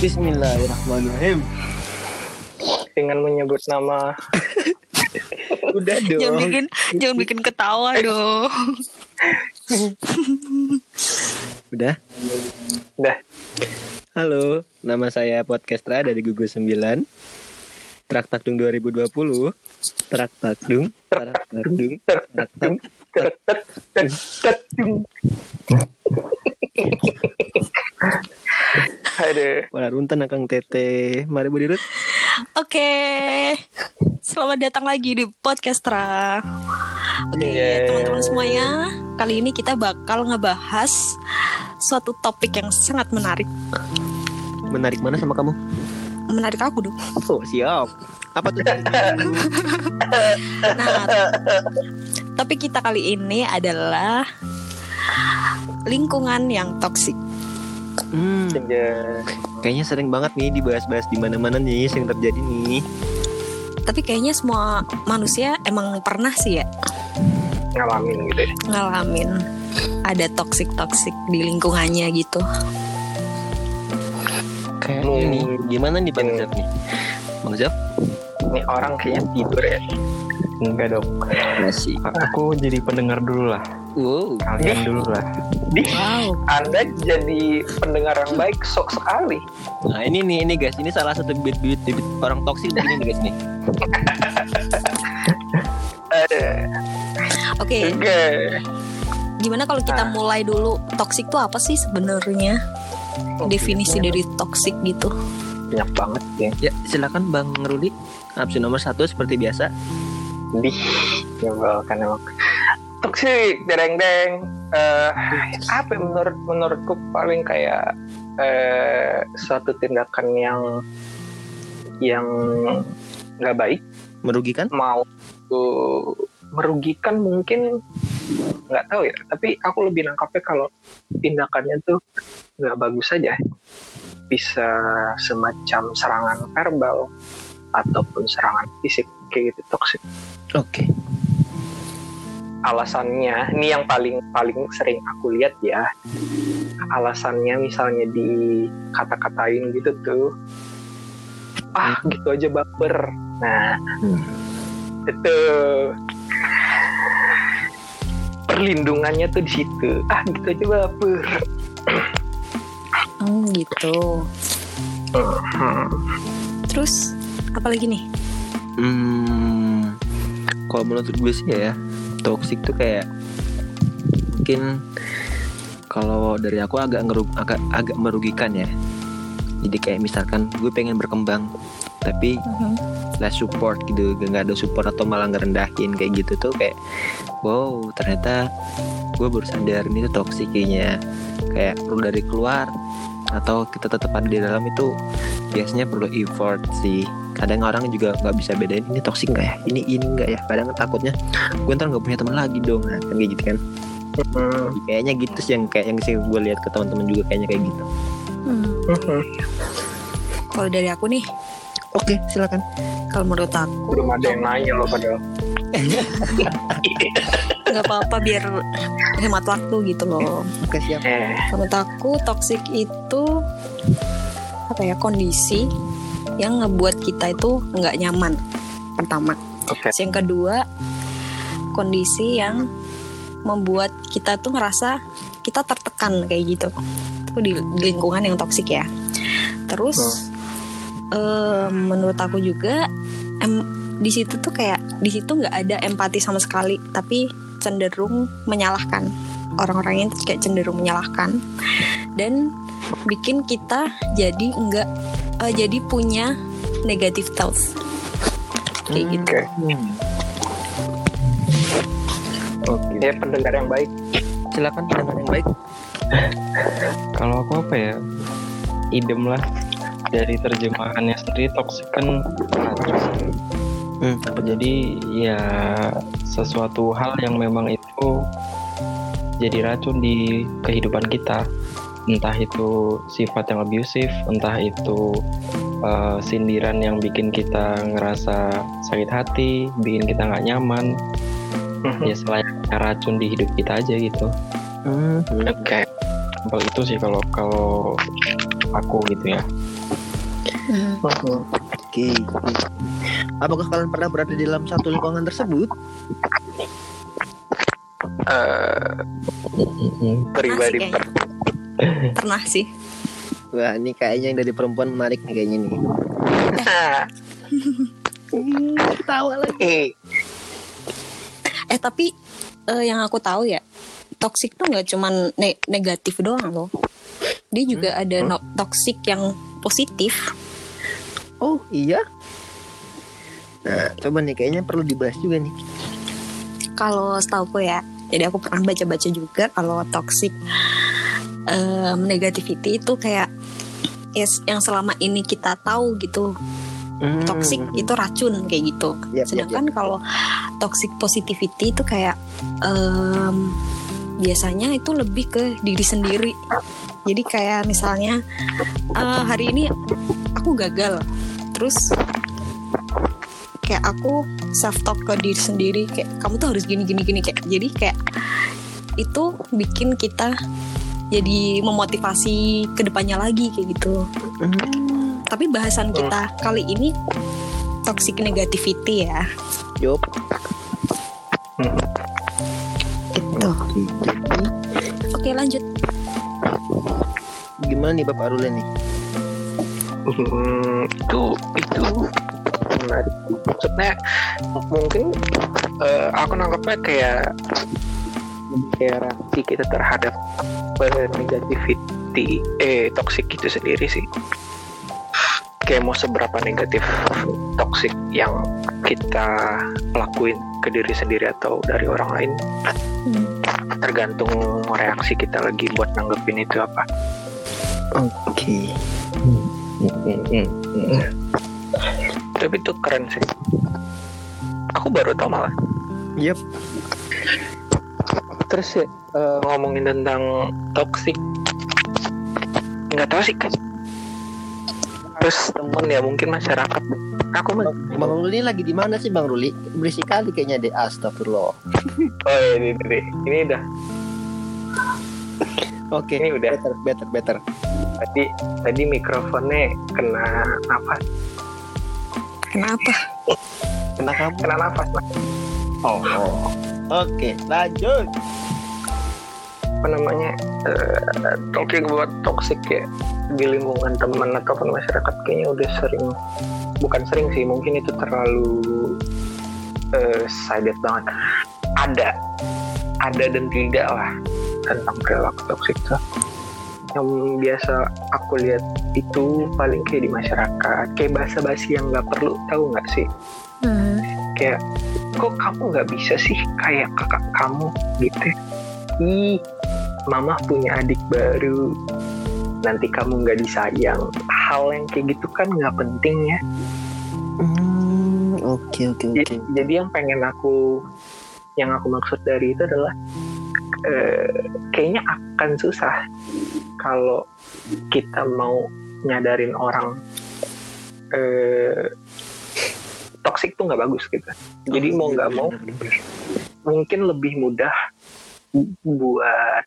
Bismillahirrahmanirrahim. Dengan menyebut nama. Udah dong. Jangan bikin ketawa dong. Udah. Halo, nama saya Podcastra dari Gugus 9. Traktakdung 2020. Traktakdung. Aduh. Warunten akang tete. Mari Bu Dirut. Oke. Selamat datang lagi di Podcastra. Oke, teman-teman semuanya, kali ini kita bakal ngebahas suatu topik yang sangat menarik. Menarik mana sama kamu? Menarik aku dong. Oh, siap. Apa tuh? Nah, topik kita kali ini adalah lingkungan yang toksik. Kayaknya sering banget nih dibahas-bahas di mana-mana nih yang terjadi nih. Tapi kayaknya semua manusia emang pernah sih ya Ngalamin gitu ya. ngalamin ada toksik di lingkungannya gitu. Kayak ini gimana nih Bang Zaf nih? Bang Zaf? Ini orang kayaknya tidur ya. Enggak dong. Masih. Aku jadi pendengar dulu lah. Wow. Kalian dulu lah. Wow. Anda jadi pendengar yang baik sok sekali. Nah ini guys, ini salah satu bibit orang toksik begini nih guys nih. Oke. Gimana kalau kita mulai dulu, toksik itu apa sih sebenarnya? Definisi dari toksik gitu. Banyak banget ya. Ya silakan Bang Rudi. Absen nomor 1 seperti biasa. Nyebalkan emang. Toksik, deng. Apa yang menurutku paling kayak suatu tindakan yang nggak baik, Merugikan? mau merugikan mungkin nggak tahu ya, tapi aku lebih nangkapnya kalau tindakannya tuh nggak bagus saja, bisa semacam serangan verbal ataupun serangan fisik kayak gitu, toksik. Oke. Alasannya ini yang paling sering aku lihat ya, alasannya misalnya dikata-katain gitu tuh, gitu aja baper. Nah itu perlindungannya tuh di situ, gitu aja baper. Gitu. Terus apa lagi nih? Kalau menurut gue sih ya, toksik tuh kayak mungkin kalau dari aku agak merugikan ya. Jadi kayak misalkan gue pengen berkembang tapi less support gitu, gak ada support atau malah ngerendahin kayak gitu tuh kayak wow, ternyata gue baru sadar ini tuh toksik kayaknya. Kayak perlu dari keluar atau kita tetap ada di dalam itu biasanya perlu effort sih. Kadang orang juga nggak bisa bedain ini toksik nggak ya, ini nggak ya. Kadang takutnya gue ntar nggak punya teman lagi dong, nah, kan kayak gitu kan. Kayaknya gitu sih yang sih gue lihat ke teman-teman juga kayaknya kayak gitu. Kalau dari aku nih, Oke, silakan. kalau menurut aku Belum ada yang nanya loh padahal. nggak apa-apa biar hemat waktu gitu loh. Oke, siap. Menurut aku toksik itu kondisi yang ngebuat kita itu nggak nyaman pertama. Yang kedua, kondisi yang membuat kita tuh ngerasa kita tertekan kayak gitu. Itu di lingkungan yang toksik ya. Terus menurut aku juga di situ tuh kayak di situ nggak ada empati sama sekali, tapi cenderung menyalahkan. Orang-orangnya kayak cenderung menyalahkan dan bikin kita jadi jadi punya negative thoughts kayak gitu. Oke. Ya, pendengar yang baik. Silakan pendengar yang baik. Kalau aku apa ya, idem lah dari terjemahannya sendiri, toksik kan racun. Jadi ya sesuatu hal yang memang itu jadi racun di kehidupan kita. Entah itu sifat yang abusive, entah itu sindiran yang bikin kita ngerasa sakit hati, bikin kita nggak nyaman. Ya selayaknya racun di hidup kita aja gitu. Oke. Simpel itu sih kalau aku gitu ya. Oke. Apakah kalian pernah berada di dalam satu lingkungan tersebut? Pribadi Pernah sih. Wah, ini kayaknya yang dari perempuan menarik nih kayaknya nih. Ketawa lagi. Tapi yang aku tahu ya, toksik tuh nggak cuman negatif doang loh. Dia juga ada toksik yang positif. Oh iya. Nah, coba nih kayaknya perlu dibahas juga nih. Kalau setauku ya, jadi aku pernah baca-baca juga kalau toxic negativity itu kayak yang selama ini kita tahu gitu. Toxic itu racun kayak gitu. Sedangkan kalau toxic positivity itu kayak biasanya itu lebih ke diri sendiri. Jadi kayak misalnya hari ini aku gagal, terus kayak aku self talk ke diri sendiri kayak kamu tuh harus gini kayak, jadi kayak itu bikin kita jadi memotivasi kedepannya lagi kayak gitu. Tapi bahasan kita kali ini toxic negativity ya. Yup. Gitu. Oke, lanjut. Gimana nih Bapak Arule nih? Itu menarik. Maksudnya mungkin aku nangkapnya kayak reaksi kita terhadap negativity toxic itu sendiri sih. Kayak mau seberapa negatif toxic yang kita lakuin ke diri sendiri atau dari orang lain, tergantung reaksi kita lagi buat nanggepin itu apa. Oke. Tapi itu keren sih. Aku baru tau malah. Yep. Terus ya, ngomongin tentang toxic, nggak tahu sih kan. Terus temen ya mungkin masyarakat. Aku Bang Ruli lagi di mana sih Bang Ruli? Berisik kali kayaknya deh. Astagfirullah. Oh ini udah. Oke. Ini udah. Better. Tadi mikrofonnya kena nafas. Kenapa? Kena kamu. Kena nafas Mas. Oh. Oke, lanjut. Apa namanya? Talking buat toxic ya di lingkungan teman ataupun masyarakat kayaknya udah bukan sering sih, mungkin itu terlalu sided banget. Ada dan tidak lah tentang perilaku toxic tuh. Yang biasa aku lihat itu paling kayak di masyarakat, kayak basa-basi yang nggak perlu, tahu nggak sih? Kayak kok kamu nggak bisa sih kayak kakak kamu gitu? Ih, mama punya adik baru, nanti kamu nggak disayang. Hal yang kayak gitu kan nggak penting ya. Oke. Jadi yang aku maksud dari itu adalah kayaknya akan susah kalau kita mau nyadarin orang toksik tuh nggak bagus gitu. Jadi mau nggak mau mungkin lebih mudah buat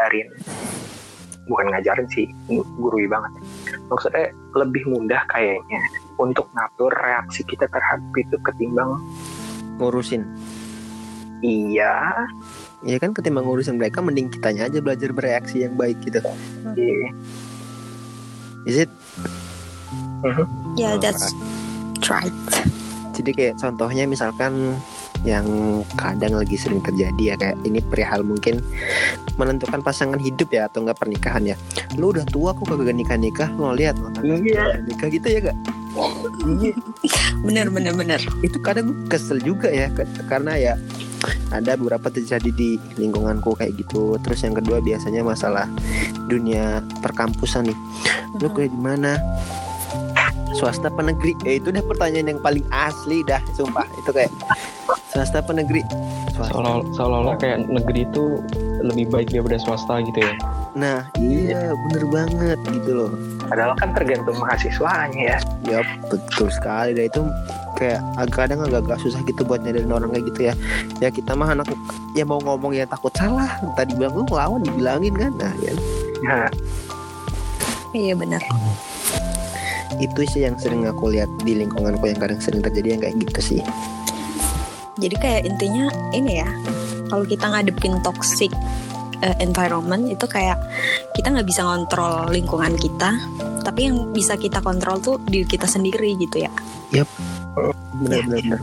bukan ngajarin sih, gurui banget. Maksudnya lebih mudah kayaknya untuk ngatur reaksi kita terhadap itu ketimbang ngurusin. Iya kan, ketimbang ngurusin mereka mending kitanya aja belajar bereaksi yang baik gitu. Yeah. Is it? Yeah, that's right. Jadi kayak contohnya misalkan yang kadang lagi sering terjadi ya, kayak ini perihal mungkin menentukan pasangan hidup ya atau enggak pernikahan ya. Lu udah tua kok kagak nikah, lo lihat nikah gitu ya gak? Bener. Itu kadang gue kesel juga ya, karena ya ada beberapa terjadi di lingkunganku kayak gitu. Terus yang kedua biasanya masalah dunia perkampusan nih. Lu kuliah di mana? Swasta apa negeri? Itu udah pertanyaan yang paling asli dah, sumpah. Itu kayak swasta apa negeri? Seolah-olah kayak negeri itu lebih baik daripada swasta gitu ya. Nah, iya bener banget gitu loh. Padahal kan tergantung mahasiswanya ya. Yap, betul sekali. Dan itu kayak kadang agak susah gitu buat nyadarin orang kayak gitu ya. Ya kita mah anak ya mau ngomong ya takut salah. Tadi bilang lu ngelawan dibilangin kan. Nah, ya. Iya benar. Itu sih yang sering aku lihat di lingkunganku, yang kadang sering terjadi yang kayak gitu sih. Jadi kayak intinya ini ya, kalau kita ngadepin toxic environment itu kayak kita nggak bisa ngontrol lingkungan kita, tapi yang bisa kita kontrol tuh diri kita sendiri gitu ya. Yap, benar.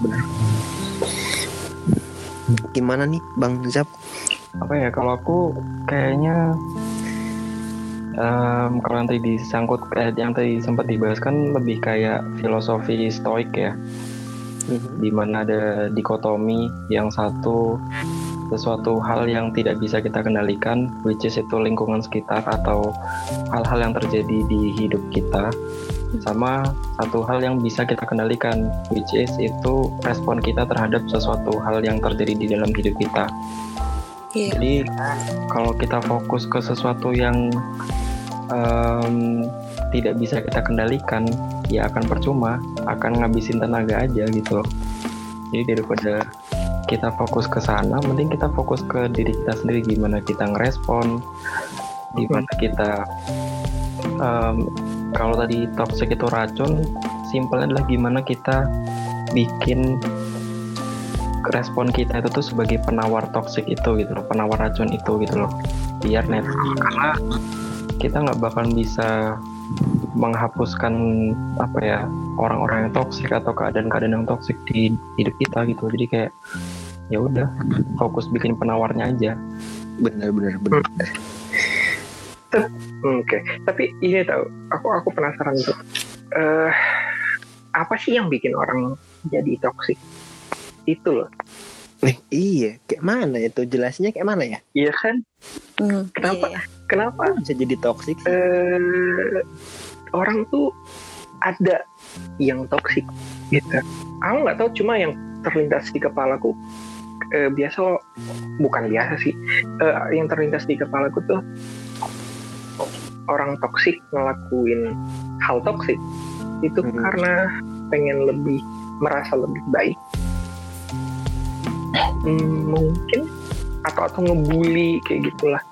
Gimana nih Bang Zap? Apa ya, kalau aku kayaknya kalau yang tadi disangkut yang tadi sempat dibahas kan lebih kayak filosofi stoik ya, di mana ada dikotomi, yang satu sesuatu hal yang tidak bisa kita kendalikan, which is itu lingkungan sekitar atau hal-hal yang terjadi di hidup kita, sama satu hal yang bisa kita kendalikan, which is itu respon kita terhadap sesuatu hal yang terjadi di dalam hidup kita. Jadi kalau kita fokus ke sesuatu yang tidak bisa kita kendalikan, ya akan percuma, akan ngabisin tenaga aja gitu loh. Jadi daripada kita fokus ke sana, mending kita fokus ke diri kita sendiri, gimana kita ngerespon, gimana kita kalau tadi toxic itu racun, simpelnya adalah gimana kita bikin respon kita itu tuh sebagai penawar toxic itu gitu loh, penawar racun itu gitu loh, biar netral. Karena kita nggak bakalan bisa menghapuskan orang-orang yang toksik atau keadaan-keadaan yang toksik di hidup kita gitu. Jadi kayak ya udah, fokus bikin penawarnya aja. Benar. Oke. Tapi ini tahu, aku penasaran tuh. Apa sih yang bikin orang jadi toksik? Itu loh. Iya, kayak mana itu? Jelasnya kayak mana ya? Iya kan? Kenapa bisa jadi toksik? Orang tuh ada yang toksik gitu. Aku nggak tahu, cuma yang terlintas di kepalaku bukan biasa sih. Yang terlintas di kepalaku tuh orang toksik ngelakuin hal toksik itu karena pengen merasa lebih baik. Mungkin atau ngebully kayak gitulah.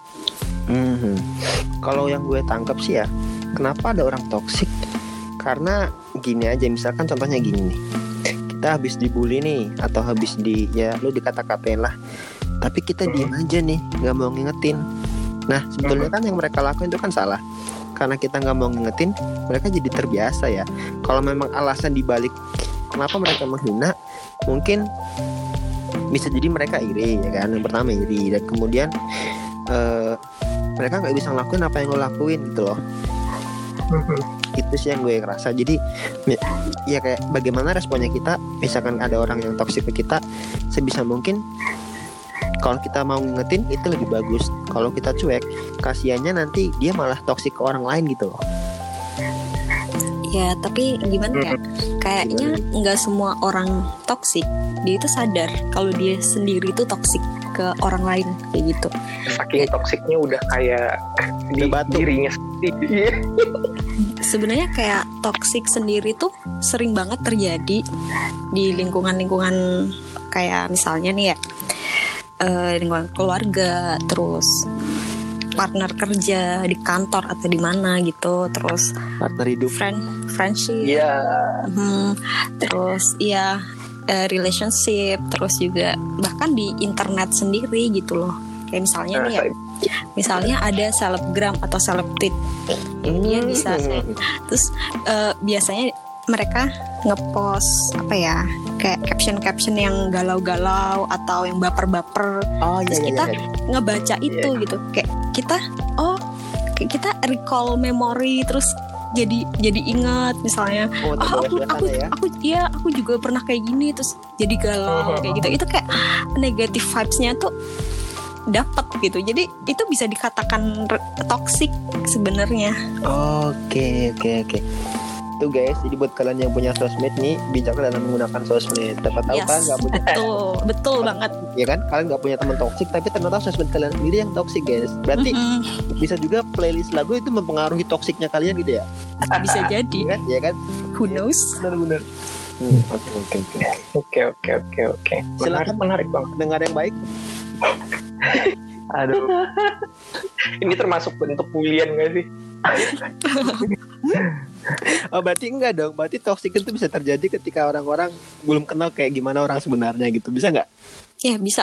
Kalau yang gue tangkap sih ya, kenapa ada orang toksik? Karena gini aja, misalkan contohnya gini nih, kita habis dibully nih, atau habis lu dikata-katain lah, tapi kita diem aja nih, nggak mau ngingetin. Nah sebetulnya kan yang mereka lakuin itu kan salah, karena kita nggak mau ngingetin, mereka jadi terbiasa ya. Kalau memang alasan dibalik kenapa mereka menghina, mungkin bisa jadi mereka iri ya kan. Yang pertama iri, dan kemudian mereka nggak bisa ngelakuin apa yang lo lakuin gitu loh. Itu sih yang gue ngerasa. Jadi ya kayak bagaimana responnya kita, misalkan ada orang yang toksik ke kita, sebisa mungkin kalau kita mau ngingetin itu lebih bagus. Kalau kita cuek, kasihannya nanti dia malah toksik ke orang lain gitu loh. Ya tapi gimana ya, kayaknya nggak semua orang toksik dia itu sadar kalau dia sendiri itu toksik ke orang lain kayak gitu. Saking toksiknya udah kayak di dirinya sendiri. Sebenarnya kayak toksik sendiri tuh sering banget terjadi di lingkungan-lingkungan, kayak misalnya nih ya, lingkungan keluarga, terus partner kerja di kantor atau di mana gitu, terus partner hidup, friendship, terus ya relationship, terus juga bahkan di internet sendiri gitu loh. Kayak misalnya nih ya, misalnya ada selebgram atau selebtit, dia bisa terus biasanya mereka ngepost kayak caption yang galau-galau atau yang baper-baper, terus kita ngebaca itu gitu, kayak kita recall memori, terus jadi ingat misalnya aku juga pernah kayak gini, terus jadi galau kayak gitu. Itu kayak negative vibes-nya tuh dapat gitu. Jadi itu bisa dikatakan toxic sebenarnya. Oke. Tuh guys, jadi buat kalian yang punya sosmed nih, bijaklah dalam menggunakan sosmed. Dapat tahu kan nggak punya betul banget. Ya kan, kalian nggak punya teman toksik, tapi ternyata sosmed kalian sendiri yang toksik guys. Berarti bisa juga playlist lagu itu mempengaruhi toksiknya kalian gitu ya? Bisa jadi. Ya kan? Who knows? Benar. Oke. Silakan, menarik banget. Dengar yang baik. Aduh. Ini termasuk bentuk bulian gak sih? Oh berarti enggak dong. Berarti toxic itu bisa terjadi ketika orang-orang belum kenal kayak gimana orang sebenarnya gitu. Bisa nggak? Ya bisa.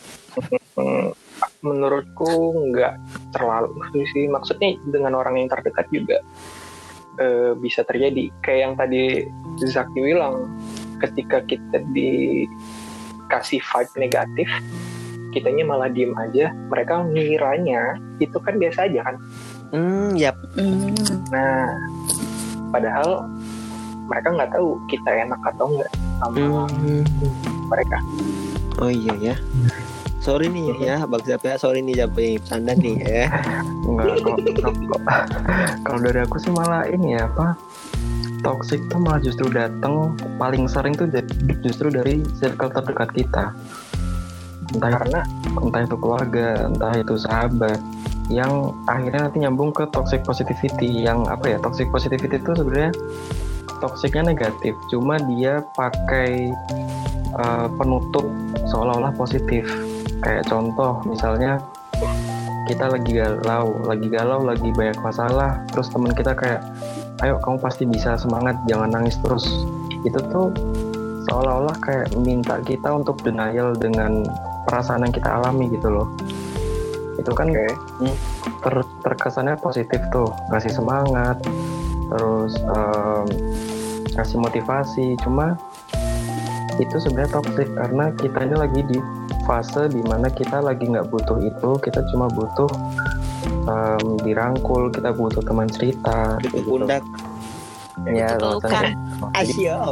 Menurutku nggak terlalu sih. Maksudnya dengan orang yang terdekat juga bisa terjadi. Kayak yang tadi Zaki bilang, ketika kita dikasih vibe negatif, kitanya malah diem aja. Mereka ngiranya itu kan biasa aja kan. Yap. Nah, padahal mereka nggak tahu kita enak atau enggak sama mereka. Oh iya ya. Sorry nih ya, Bang Zap ya. Sorry nih Zapi, bercanda nih ya. Enggak kok. Kalau dari aku sih malah ini ya apa? Toxic tuh malah justru datang paling sering tuh justru dari circle terdekat kita. Entah itu keluarga, entah itu sahabat, yang akhirnya nanti nyambung ke toxic positivity. Yang apa ya? Toxic positivity itu sebenarnya toksiknya negatif, cuma dia pakai penutup seolah-olah positif. Kayak contoh misalnya kita lagi galau, lagi banyak masalah, terus teman kita kayak, ayo kamu pasti bisa, semangat, jangan nangis terus. Itu tuh seolah-olah kayak minta kita untuk denial dengan perasaan yang kita alami gitu loh. Itu kan terkesannya positif tuh, ngasih semangat, terus ngasih motivasi. Cuma itu sebenarnya toxic karena kitanya lagi di fase dimana kita lagi nggak butuh itu, kita cuma butuh dirangkul, kita butuh teman cerita, Butuh pundak. ya Pelukan. Siap.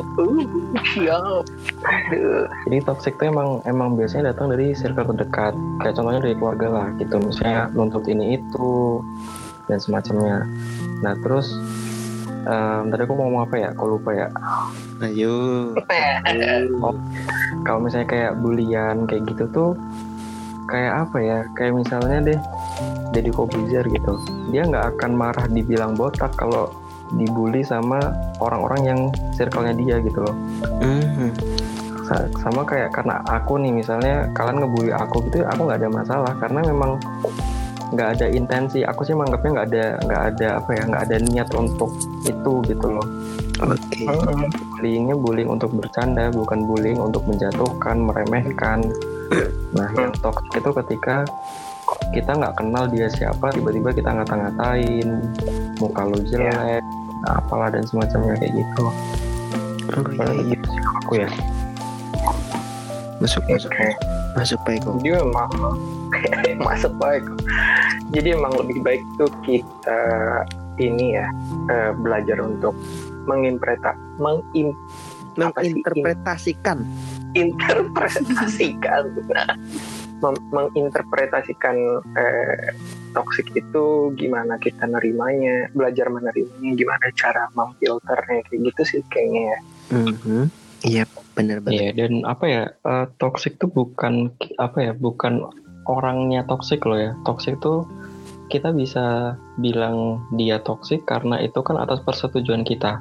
Jadi toxic itu emang biasanya datang dari circle terdekat, kayak contohnya dari keluarga lah gitu, misalnya nuntut ini itu dan semacamnya. Nah terus tadi aku mau ngomong apa ya, aku lupa ya. Ayo. Kalau misalnya kayak bulian kayak gitu tuh kayak apa ya, kayak misalnya deh Deddy Corbuzier gitu, dia nggak akan marah dibilang botak kalau dibully sama orang-orang yang circle-nya dia gitu loh. Sama kayak karena aku nih misalnya kalian ngebully aku gitu, aku nggak ada masalah karena memang nggak ada intensi. Aku sih menganggapnya nggak ada niat untuk itu gitu loh. Oke. Bullying untuk bercanda, bukan bullying untuk menjatuhkan, meremehkan. Nah yang toxic itu ketika kita nggak kenal dia siapa, tiba-tiba kita ngata-ngatain, muka lu jelek, apalah dan semacamnya kayak gitu. Gitu sih aku ya. Masuk baik kok. Jadi memang masuk baik. Jadi emang lebih baik tuh kita ini ya belajar untuk menginterpretasikan toxic itu gimana kita nerimanya, belajar menerimanya, gimana cara memfilternya, kayak gitu sih kayaknya ya. Iya benar. Iya, dan apa ya, toxic itu bukan orangnya toxic loh ya. Toxic itu kita bisa bilang dia toxic karena itu kan atas persetujuan kita.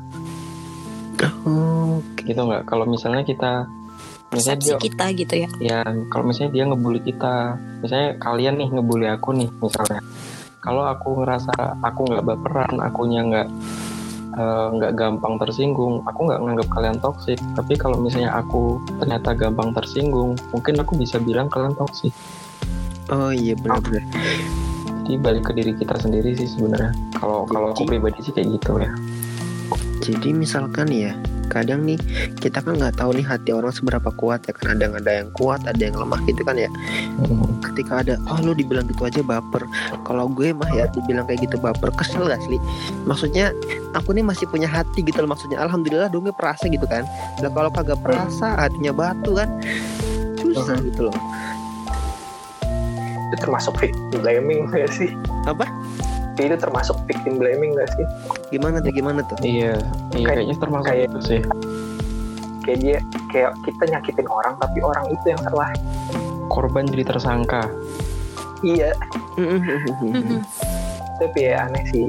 Gitu nggak? Kalau misalnya persepsi kita gitu ya. Ya, kalau misalnya dia ngebully kita, misalnya kalian nih ngebully aku nih misalnya. Kalau aku ngerasa aku nggak baperan, akunya nggak gampang tersinggung, aku nggak nganggap kalian toksik. Tapi kalau misalnya aku ternyata gampang tersinggung, mungkin aku bisa bilang kalian toksik. Oh iya benar. Jadi balik ke diri kita sendiri sih sebenarnya. Kalau aku pribadi sih kayak gitu ya. Jadi misalkan ya, kadang nih kita kan nggak tahu nih hati orang seberapa kuat ya kan, ada yang kuat, ada yang lemah gitu kan ya. Ketika ada, lu dibilang gitu aja baper. Kalau gue mah ya dibilang kayak gitu baper, kesel gak sih? Maksudnya aku nih masih punya hati gitu loh, maksudnya alhamdulillah dong gue perasa gitu kan. Lah kalau kagak perasa hatinya batu kan, susah gitu loh. Itu termasuk victim blaming gak sih? Apa? Itu termasuk victim blaming gak sih? Gimana tuh? Iya kayaknya termasuk itu sih. Kayak kita nyakitin orang tapi orang itu yang salah. Korban jadi tersangka. Iya. Tapi ya aneh sih.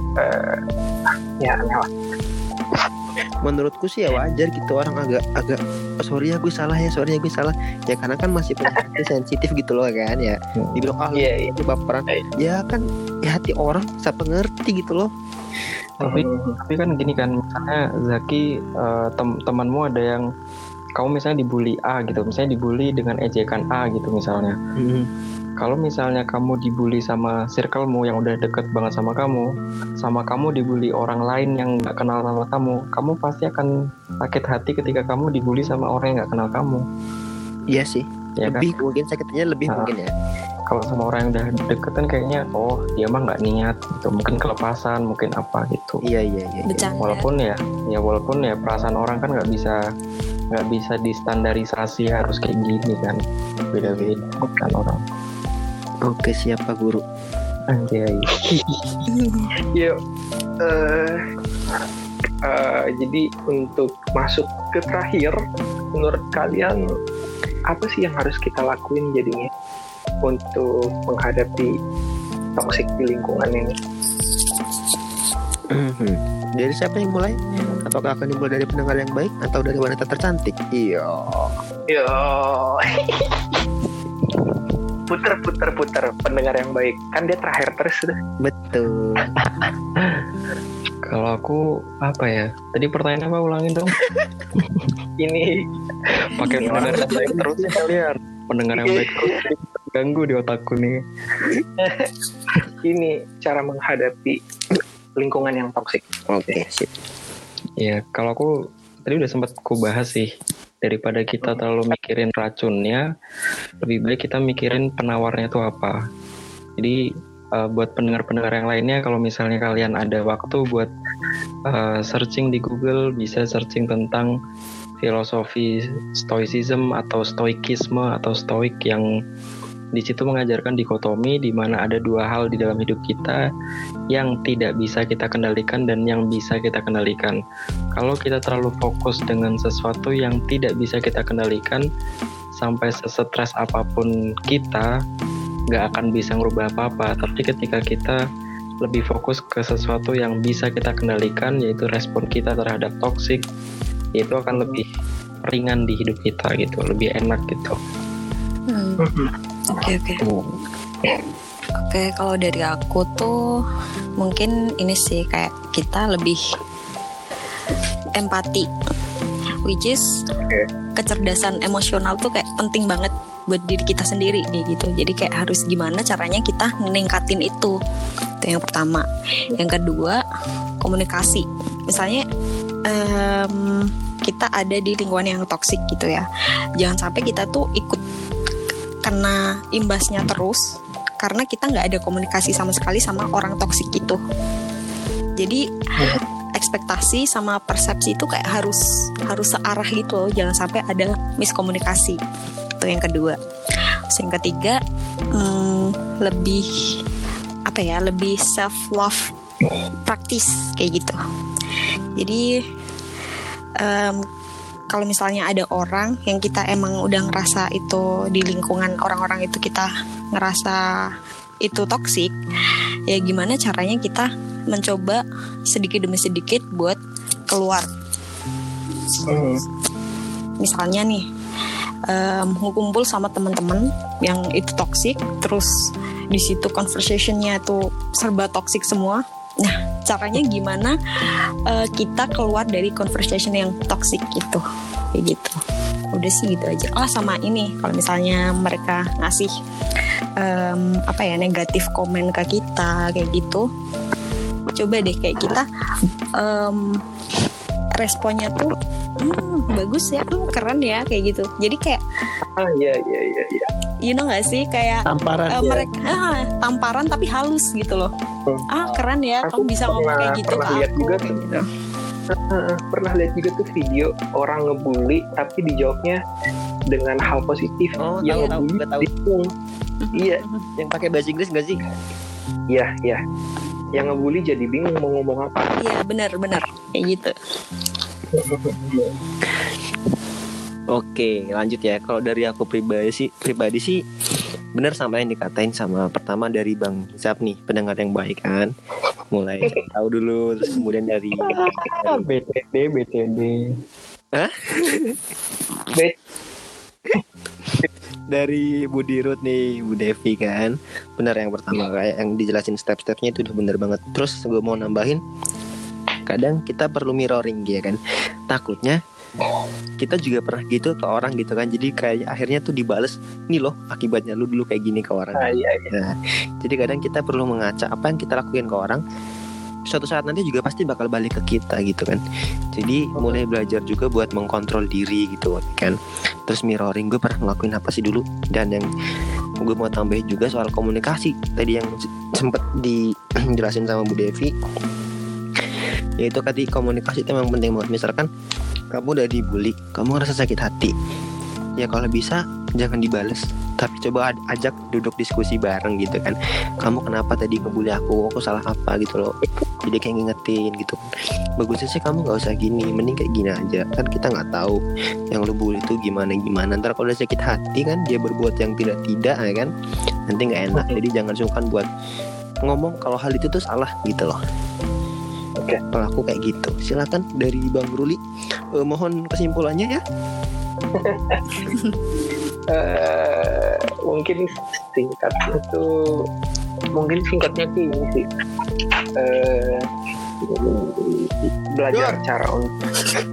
Ya aneh lah. Menurutku sih ya wajar gitu orang agak sorry ya gue salah ya karena kan masih punya hati sensitif gitu loh kan ya. Dibilang itu baperan ya kan, ya hati orang siapa ngerti gitu loh. Tapi kan gini kan, misalnya Zaki, temanmu ada yang kamu misalnya dibully A gitu, misalnya dibully dengan ejekan A gitu misalnya. Kalau misalnya kamu dibully sama circlemu yang udah deket banget sama kamu dibully orang lain yang nggak kenal sama kamu pasti akan sakit hati ketika kamu dibully sama orang yang nggak kenal kamu. Iya sih. Ya Lebih kan? mungkin sakitnya lebih mungkin ya. Kalau sama orang yang udah deket kan kayaknya, oh dia mah nggak niat gitu, mungkin kelepasan, mungkin apa gitu. Iya. Bercanda. Walaupun ya perasaan orang kan nggak bisa distandarisasi harus kayak gini kan, beda-beda kan orang. Oke, siapa guru? Anjay. Yuk, jadi untuk masuk ke terakhir, menurut kalian apa sih yang harus kita lakuin jadinya untuk menghadapi toksik di lingkungan ini? Dari siapa yang mulai? Apakah akan dimulai dari pendengar yang baik atau dari wanita tercantik? Iya. Yo. Puter pendengar yang baik. Kan dia terakhir terus tuh. Betul. Kalau aku apa ya? Tadi pertanyaannya apa, ulangin dong. Ini Pakai pendengar yang baik terus ya kalian. Pendengar yang baik terus ganggu di otakku nih. Ini cara menghadapi lingkungan yang toksik. Oke, sip. Ya, kalau aku tadi udah sempat ku bahas sih, daripada kita terlalu mikirin racunnya, lebih baik kita mikirin penawarnya itu apa. Jadi buat pendengar-pendengar yang lainnya, kalau misalnya kalian ada waktu buat searching di Google, bisa searching tentang filosofi stoicism atau stoikisme atau stoik, yang di situ mengajarkan dikotomi di mana ada dua hal di dalam hidup kita yang tidak bisa kita kendalikan dan yang bisa kita kendalikan. Kalau kita terlalu fokus dengan sesuatu yang tidak bisa kita kendalikan, sampai sesetres apapun kita, nggak akan bisa ngerubah apa-apa. Tapi ketika kita lebih fokus ke sesuatu yang bisa kita kendalikan, yaitu respon kita terhadap toksik, itu akan lebih ringan di hidup kita gitu, lebih enak gitu. Oke, kalau dari aku tuh mungkin ini sih, kayak kita lebih empati, which is kecerdasan emosional tuh kayak penting banget buat diri kita sendiri nih gitu. Jadi kayak harus gimana caranya kita meningkatin itu yang pertama. Yang kedua, komunikasi. Misalnya kita ada di lingkungan yang toksik gitu ya, jangan sampai kita tuh ikut kena imbasnya terus karena kita nggak ada komunikasi sama sekali sama orang toksik itu. Jadi ekspektasi sama persepsi itu kayak harus searah gitu loh, jangan sampai ada miskomunikasi. Itu yang kedua. Terus yang ketiga, lebih self love practice kayak gitu. Jadi kalau misalnya ada orang yang kita emang udah ngerasa itu di lingkungan orang-orang itu kita ngerasa itu toksik, ya gimana caranya kita mencoba sedikit demi sedikit buat keluar. Misalnya nih, ngumpul sama teman-teman yang itu toksik, terus di situ conversationnya tuh serba toksik semua. Nah, caranya gimana kita keluar dari conversation yang toxic itu, kayak gitu. Udah sih gitu aja. Sama ini, kalau misalnya mereka ngasih negatif komen ke kita kayak gitu, coba deh kayak kita responnya tuh bagus ya, keren ya, kayak gitu. Jadi kayak iya. You know gak sih, kayak tamparan mereka tamparan tapi halus gitu loh. Keren ya, kamu bisa ngomong kayak gitu ke aku gitu. Pernah lihat juga tuh video orang ngebully tapi dijawabnya dengan hal positif. Yang ngebully bingung. Iya, yang pakai bahasa Inggris nggak sih? Iya. Yang ngebully jadi bingung mau ngomong apa. Iya, benar kayak gitu. Oke, lanjut ya. Kalau dari aku pribadi sih benar sama yang dikatain sama pertama dari Bang Zap nih, pendengar yang baik kan. Mulai tahu dulu, terus kemudian dari BTD. Hah? dari Bu Dirut nih, Bu Devi kan. Benar yang pertama kayak yang dijelasin step-stepnya itu udah bener banget. Terus gue mau nambahin, kadang kita perlu mirroring ya kan. Takutnya kita juga pernah gitu ke orang gitu kan. Jadi kayak akhirnya tuh dibales, nih loh akibatnya lu dulu kayak gini ke orang. Iya. Nah, jadi kadang kita perlu mengaca apa yang kita lakuin ke orang, suatu saat nanti juga pasti bakal balik ke kita gitu kan. Jadi mulai belajar juga buat mengkontrol diri gitu kan. Terus mirroring, gue pernah ngelakuin apa sih dulu. Dan yang gue mau tambahin juga soal komunikasi tadi yang sempet dijelasin sama Bu Devi, yaitu tadi komunikasi itu memang penting banget. Misalkan kamu udah dibully, kamu ngerasa sakit hati, ya kalau bisa jangan dibales, tapi coba ajak duduk diskusi bareng gitu kan. Kamu kenapa tadi ngebully aku salah apa gitu loh. Jadi kayak ngingetin gitu. Bagusnya sih kamu gak usah gini, mending kayak gini aja. Kan kita gak tahu yang lu bully itu gimana. Ntar kalau udah sakit hati kan dia berbuat yang tidak-tidak ya kan, nanti gak enak. Jadi jangan sungkan buat ngomong kalau hal itu tuh salah gitu loh. Oke, kalau aku kayak gitu. Silakan dari Bang Ruli, mohon kesimpulannya ya. Mungkin singkatnya sih ini sih, belajar cara untuk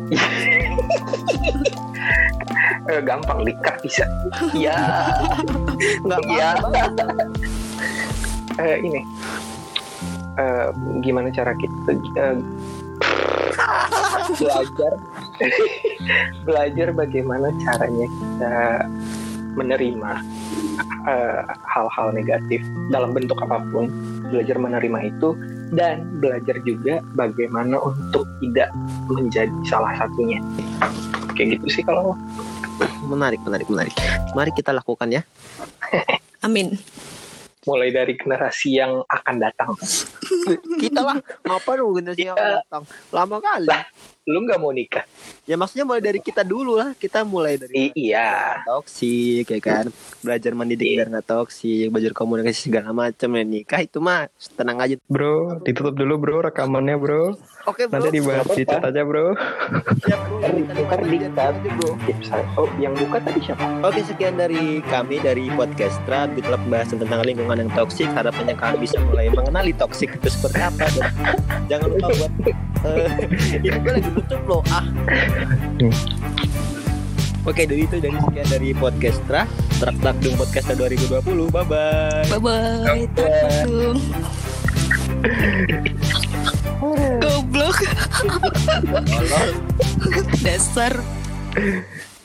gampang dikat bisa ya nggak ya ini gimana cara kita belajar bagaimana caranya kita menerima hal-hal negatif dalam bentuk apapun, belajar menerima itu, dan belajar juga bagaimana untuk tidak menjadi salah satunya. Kayak gitu sih kalau. Menarik. Mari kita lakukan ya. Amin. Mulai dari generasi yang akan datang. Kita lah, ngapain generasi yang akan datang? Lama kali. Lu nggak mau nikah? Ya maksudnya mulai dari kita dulu lah. Kita mulai dari iya toksik ya kan. Belajar mendidik biar nggak toksik, belajar komunikasi segala macam. Ya nikah itu mah tenang aja. Bro, ditutup dulu bro rekamannya bro. Oke bro. Nanti dibahas di chat aja bro. Siap bro. Ntar diktat bro. Oh, yang buka tadi siapa? Oke, sekian dari kami dari Podcastra. Itulah pembahasan tentang lingkungan yang toksik. Harapannya kalian bisa mulai mengenali toksik itu seperti apa. Dan jangan lupa buat ini gue lagi nutup loh. Oke, dari sekian dari Podcastra. Trak-trak Podcastra 2020. Bye-bye. Bye-bye. Trak-trak Goblok. Dasar.